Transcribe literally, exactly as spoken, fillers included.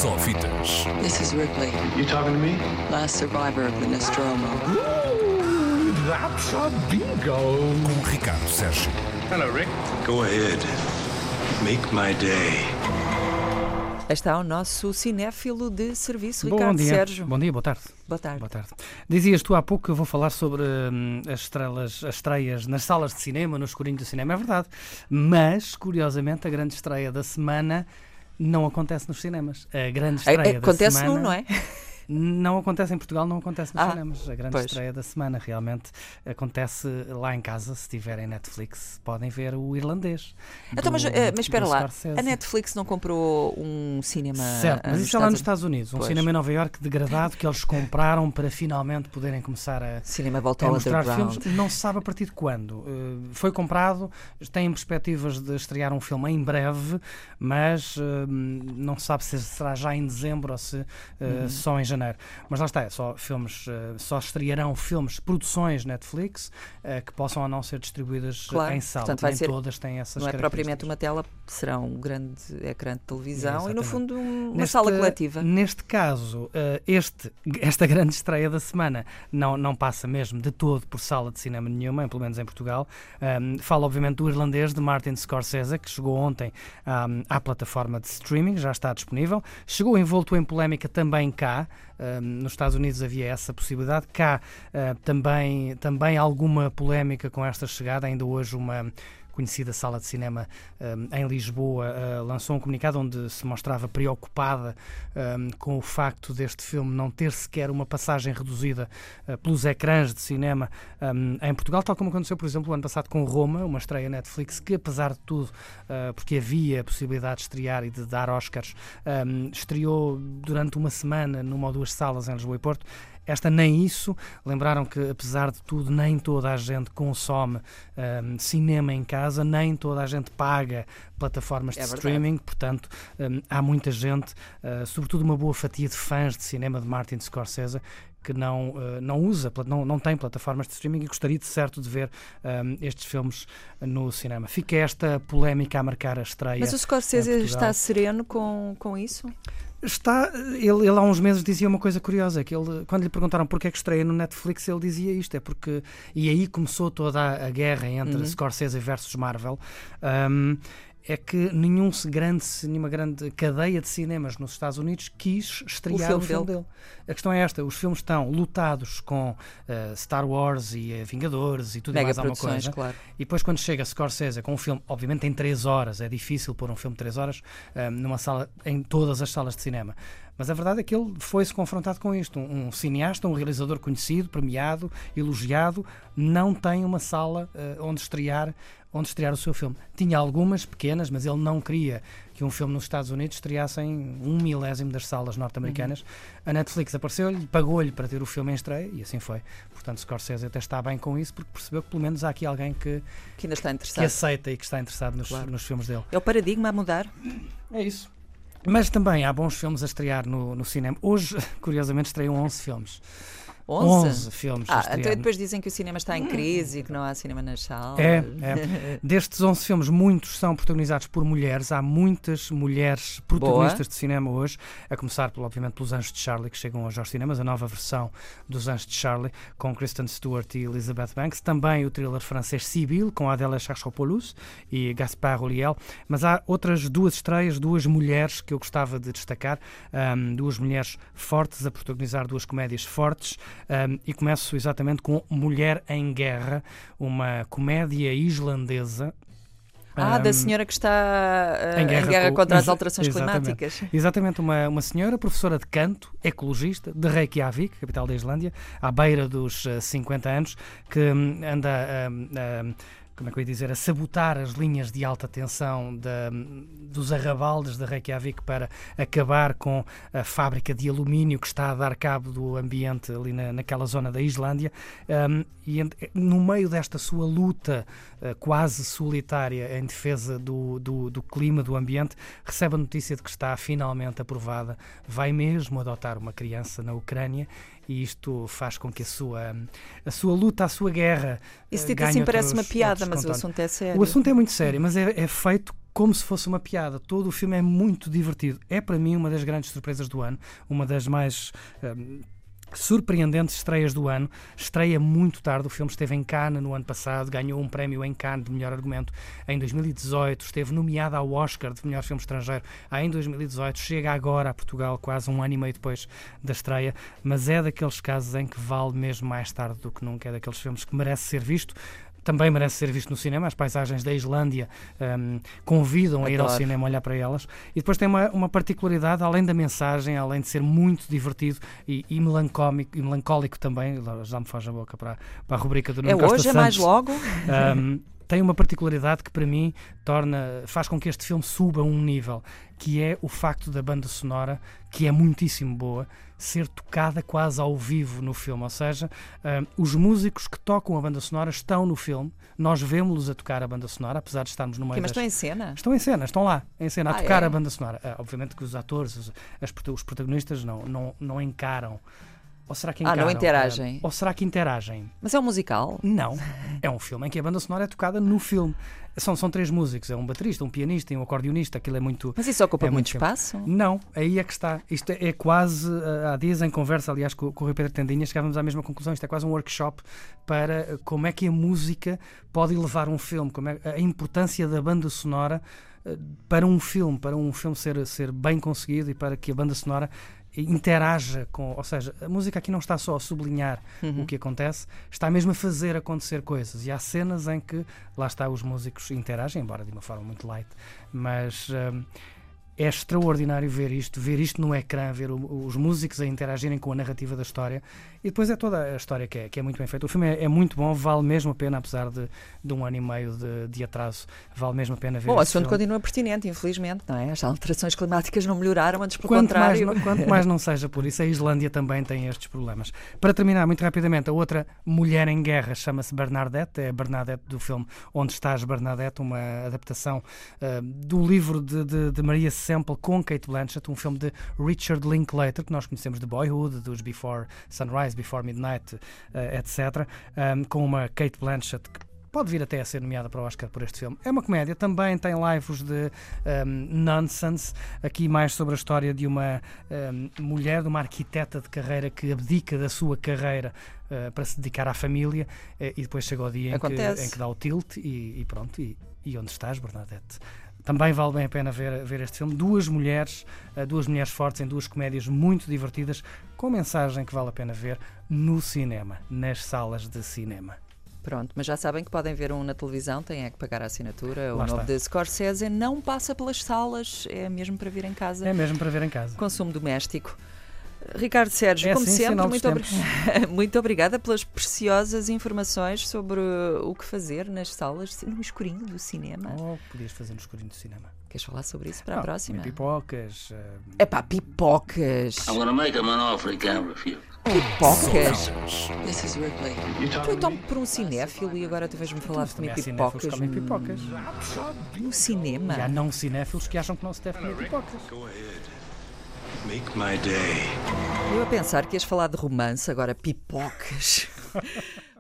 Só Fitas. This is Ripley, You talking to me? last survivor of the Nostromo. Ooh, that's a bingo. Com Ricardo Sérgio. Hello, Rick. Go ahead. Make my day. Está o nosso cinéfilo de serviço, Bom Ricardo dia. Sérgio. Bom dia, boa tarde. Boa tarde. Boa tarde. Dizias tu há pouco que eu vou falar sobre hum, as, estrelas, as estreias nas salas de cinema, no escurinho do cinema. É verdade. Mas, curiosamente, a grande estreia da semana não acontece nos cinemas. A grande estreia Acontece da semana... num, não é? Não acontece em Portugal, não acontece nos Ah, cinemas. A grande pois. estreia da semana realmente acontece lá em casa. Se tiverem Netflix, podem ver o Irlandês. Então, do- mas, eh, mas espera do lá, Scorsese. a Netflix não comprou um cinema... Certo, ah, mas nos isso é lá nos Estados Estados Unidos. Um Pois. cinema em Nova Iorque degradado que eles compraram para finalmente poderem começar a, Unidos? Cinema volta a ao mostrar underground. filmes. Não se sabe a partir de quando. Uh, foi comprado, tem perspectivas de estrear um filme em breve, mas uh, não se sabe se será já em dezembro ou se uh, Uhum. só em janeiro. Mas lá está, é só filmes, uh, só estrearão filmes, produções Netflix uh, que possam ou não ser distribuídas uh, Claro, em sala. portanto, vai Nem ser- todas têm essas Não é propriamente características. uma tela, será um grande ecrã de televisão e, no Exatamente. fundo, um- uma Neste- sala coletiva. Neste caso, eh, este, esta grande estreia da semana não, não passa mesmo de todo por sala de cinema nenhuma, pelo menos em Portugal. Um, falo, obviamente, do Irlandês, de Martin Scorsese, que chegou ontem um, à plataforma de streaming, já está disponível. Chegou envolto em polémica também cá. Um, nos Estados Unidos havia essa possibilidade. Cá uh, também, também alguma polémica com esta chegada. Ainda hoje uma conhecida sala de cinema um, em Lisboa uh, lançou um comunicado onde se mostrava preocupada um, com o facto deste filme não ter sequer uma passagem reduzida uh, pelos ecrãs de cinema um, em Portugal, tal como aconteceu, por exemplo, o ano passado com Roma, uma estreia Netflix que, apesar de tudo, uh, porque havia a possibilidade de estrear e de dar Oscars, um, estreou durante uma semana numa ou duas salas em Lisboa e Porto. Esta nem isso. Lembraram que, apesar de tudo, nem toda a gente consome um, cinema em casa, nem toda a gente paga plataformas de É verdade. streaming, portanto, um, há muita gente, uh, sobretudo uma boa fatia de fãs de cinema de Martin Scorsese, que não, uh, não usa, pla- não, não tem plataformas de streaming e gostaria de certo de ver um, estes filmes no cinema. Fica esta polémica a marcar a estreia. Mas o em Scorsese Portugal. está sereno com, com isso? Está, ele, ele há uns meses dizia uma coisa curiosa, que ele, quando lhe perguntaram porque é que estreia no Netflix, ele dizia isto, é porque, e aí começou toda a, a guerra entre Uhum. Scorsese versus Marvel, um, é que nenhum grande, nenhuma grande cadeia de cinemas nos Estados Unidos quis estrear O o filme filme, dele. dele. A questão é esta, os filmes estão lotados com uh, Star Wars e uh, Vingadores e tudo e Mega mais alguma produções, coisa. claro. E depois, quando chega Scorsese com um filme, obviamente em três horas, é difícil pôr um filme de três horas um, numa sala, em todas as salas de cinema. Mas a verdade é que ele foi-se confrontado com isto. Um, um cineasta, um realizador conhecido, premiado, elogiado, não tem uma sala uh, onde estrear onde estrear o seu filme. Tinha algumas pequenas, mas ele não queria que um filme nos Estados Unidos estreasse em um milésimo das salas norte-americanas. Uhum. A Netflix apareceu-lhe, pagou-lhe para ter o filme em estreia e assim foi. Portanto, Scorsese até está bem com isso porque percebeu que pelo menos há aqui alguém que, Que ainda está que interessado. aceita e que está interessado nos, Claro. nos filmes dele. É o paradigma a mudar. É isso. Mas também há bons filmes a estrear no, no cinema. Hoje, curiosamente, estreiam onze filmes. onze? onze filmes a Ah, estrear. então depois dizem que o cinema está em crise e que não há cinema nas salas. É, é. Destes onze filmes, muitos são protagonizados por mulheres. Há muitas mulheres protagonistas Boa. de cinema hoje, a começar, obviamente, pelos Anjos de Charlie, que chegam hoje aos cinemas, a nova versão dos Anjos de Charlie, com Kristen Stewart e Elizabeth Banks. Também o thriller francês Sibylle, com Adèle Exarchopoulos e Gaspard Ulliel. Mas há outras duas estreias, duas mulheres que eu gostava de destacar. Um, duas mulheres fortes a protagonizar duas comédias fortes. Um, e começo exatamente com Mulher em Guerra, uma comédia islandesa. Ah, um, da senhora que está uh, em em guerra guerra, com- contra as exa- alterações exatamente. climáticas. Exatamente, uma, uma senhora, professora de canto, ecologista, de Reykjavik, capital da Islândia, à beira dos uh, cinquenta anos, que hum, anda hum, hum, como é que eu ia dizer, a sabotar as linhas de alta tensão da, dos arrabaldes de Reykjavik para acabar com a fábrica de alumínio que está a dar cabo do ambiente ali na, naquela zona da Islândia. Um, e ent- no meio desta sua luta uh, quase solitária em defesa do, do, do clima, do ambiente, recebe a notícia de que está finalmente aprovada, vai mesmo adotar uma criança na Ucrânia, e isto faz com que a sua, a sua luta, a sua guerra Isso uh, dito ganhe assim outros- parece uma piada, outros mas o contornos. assunto é sério. O assunto é muito sério, mas é, é feito como se fosse uma piada. Todo o filme é muito divertido. É para mim uma das grandes surpresas do ano, uma das mais um, surpreendentes estreias do ano. Estreia muito tarde, o filme esteve em Cannes no ano passado, ganhou um prémio em Cannes de melhor argumento em dois mil e dezoito, esteve nomeado ao Oscar de melhor filme estrangeiro em dois mil e dezoito, chega agora a Portugal quase um ano e meio depois da estreia, mas é daqueles casos em que vale mesmo mais tarde do que nunca, é daqueles filmes que merece ser visto. Também merece ser visto no cinema. As paisagens da Islândia um, convidam a ir ao Adoro. cinema, olhar para elas. E depois tem uma, uma particularidade, além da mensagem, além de ser muito divertido e, e, melancólico, e melancólico também, já me foge a boca para, para a rubrica do Nuno É Costa hoje, é Santos. mais logo? Um, tem uma particularidade que para mim torna, faz com que este filme suba um nível, que é o facto da banda sonora, que é muitíssimo boa, ser tocada quase ao vivo no filme, ou seja, um, os músicos que tocam a banda sonora estão no filme, nós vemos-los a tocar a banda sonora, apesar de estarmos no meio Que, mas das... estão em cena? Estão em cena, estão lá, em cena, a Ah, tocar é? a banda sonora. Ah, obviamente que os atores, os, as, os protagonistas não, não, não encaram. Ou será que Ah, encaram? não interagem. Ah, ou será que interagem? Mas é um musical? Não, é um filme em que a banda sonora é tocada no filme. São, são três músicos, é um baterista, um pianista e um acordeonista, aquilo é muito... Mas isso ocupa é muito muito tempo. espaço? Não, aí é que está. Isto é, é quase, há dias em conversa, aliás, com, com o Rui Pedro Tendinha, chegávamos à mesma conclusão. Isto é quase um workshop para como é que a música pode elevar um filme, como é a importância da banda sonora para um filme, para um filme ser, ser bem conseguido e para que a banda sonora interaja com, ou seja, a música aqui não está só a sublinhar Uhum. o que acontece, está mesmo a fazer acontecer coisas, e há cenas em que lá está, os músicos interagem, embora de uma forma muito light, mas hum, é extraordinário ver isto, ver isto no ecrã, ver o, os músicos a interagirem com a narrativa da história, e depois é toda a história que é, que é muito bem feita. O filme é, é muito bom, vale mesmo a pena, apesar de, de um ano e meio de, de atraso, vale mesmo a pena ver. Bom, o esse assunto filme. continua pertinente, infelizmente, não é? As alterações climáticas não melhoraram, antes pelo Quanto mais, contrário. não- quanto mais não seja por isso, a Islândia também tem estes problemas. Para terminar, muito rapidamente, a outra mulher em guerra chama-se Bernadette, é a Bernadette do filme Onde Estás, Bernadette, uma adaptação ah, do livro de, de, de Maria Semple com Kate Blanchett, um filme de Richard Linklater, que nós conhecemos de Boyhood, dos Before Sunrise, Before Midnight, ah, etcétera, ah, com uma Kate Blanchett que pode vir até a ser nomeada para o Oscar por este filme. É uma comédia, também tem laivos de um, nonsense, aqui mais sobre a história de uma um, mulher, de uma arquiteta de carreira que abdica da sua carreira uh, para se dedicar à família, uh, e depois chega o dia em que, Acontece. em que dá o tilt e, e pronto, e, e onde estás, Bernadette? Também vale bem a pena ver, ver este filme. Duas mulheres, uh, duas mulheres fortes em duas comédias muito divertidas, com mensagem que vale a pena ver no cinema, nas salas de cinema. Pronto, mas já sabem que podem ver um na televisão, têm é que pagar a assinatura. O Lá novo está. de Scorsese não passa pelas salas, é mesmo para vir em casa. É mesmo para ver em casa. Consumo doméstico. Ricardo Sérgio, É como assim, sempre, sinal dos muito, obri- muito obrigada pelas preciosas informações sobre o que fazer nas salas, no escurinho do cinema. Oh, podias fazer no escurinho do cinema. Queres falar sobre isso para a Não, próxima? comer pipocas. uh, É pá, pipocas! I'm gonna make him an offer he can't refuse. Pipocas! This is Ripley. Eu tomo por um cinéfilo e agora tu vais-me falar de também comer há cinéfilos pipocas que comem pipocas. no cinema. E há não cinéfilos que acham que não se deve comer pipocas. Go ahead. Make my day. Eu a pensar que ias falar de romance, agora pipocas.